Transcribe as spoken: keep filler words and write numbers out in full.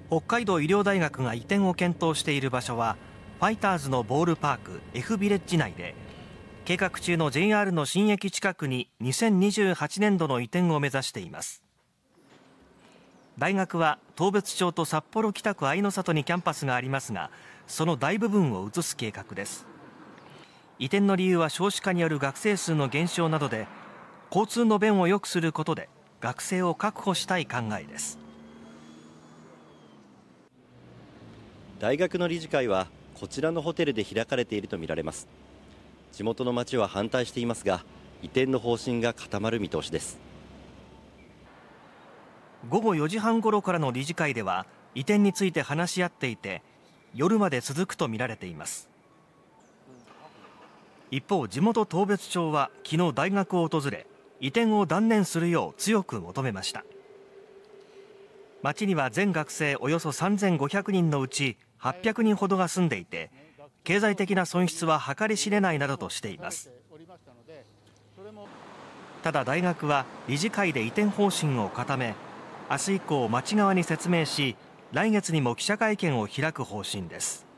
北海道医療大学が移転を検討している場所はファイターズのボールパーク F ビレッジ内で、計画中の ジェイアール の新駅近くににせんにじゅうはちねんどの移転を目指しています。大学は当別町と札幌北区愛の里にキャンパスがありますが、その大部分を移す計画です。移転の理由は少子化による学生数の減少などで、交通の便を良くすることで学生を確保したい考えです。 大学の理事会はこちらのホテルで開かれているとみられます。地元の町は反対していますが、移転の方針が固まる見通しです。 ごごよじはんごろからの理事会では移転について話し合っていて、夜まで続くとみられています。一方、地元当別町は昨日大学を訪れ、移転を断念するよう強く求めました。町には全学生およそさんぜんごひゃくにんのうちはっぴゃくにんほどが住んでいて、経済的な損失は計り知れないなどとしています。ただ大学は理事会で移転方針を固め、明日以降町側に説明し、来月にも記者会見を開く方針です。